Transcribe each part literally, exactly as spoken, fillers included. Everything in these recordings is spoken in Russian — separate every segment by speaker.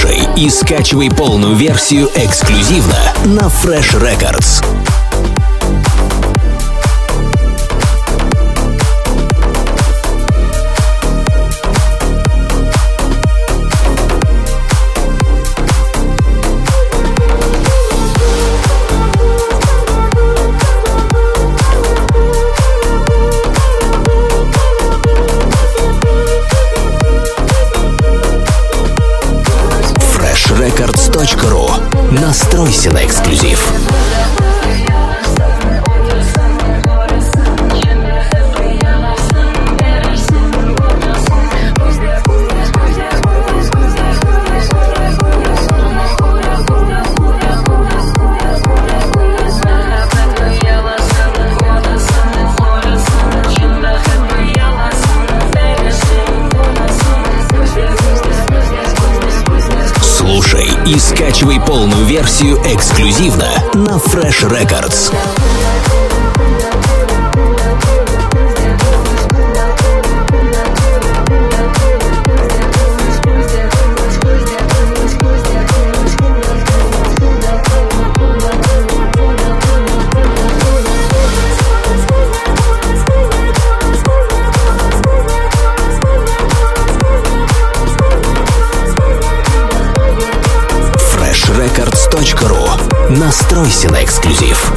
Speaker 1: Слушай и скачивай полную версию эксклюзивно на Fresh Records. фреш рекордс точка ру. Настройся на эксклюзив. Слушай и скачивай полную версию эксклюзивно на Fresh Records. фреш рекордс точка ру. Настройся на эксклюзив.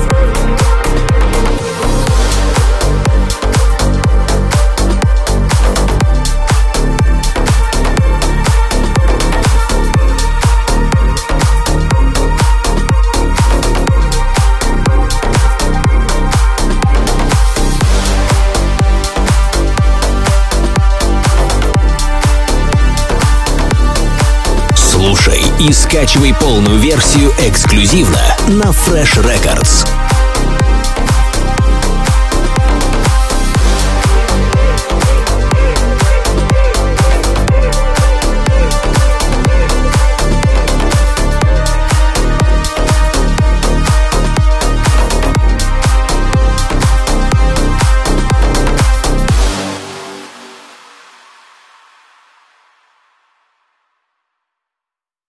Speaker 1: Слушай и скачивай полную версию эксклюзивно на Fresh Records.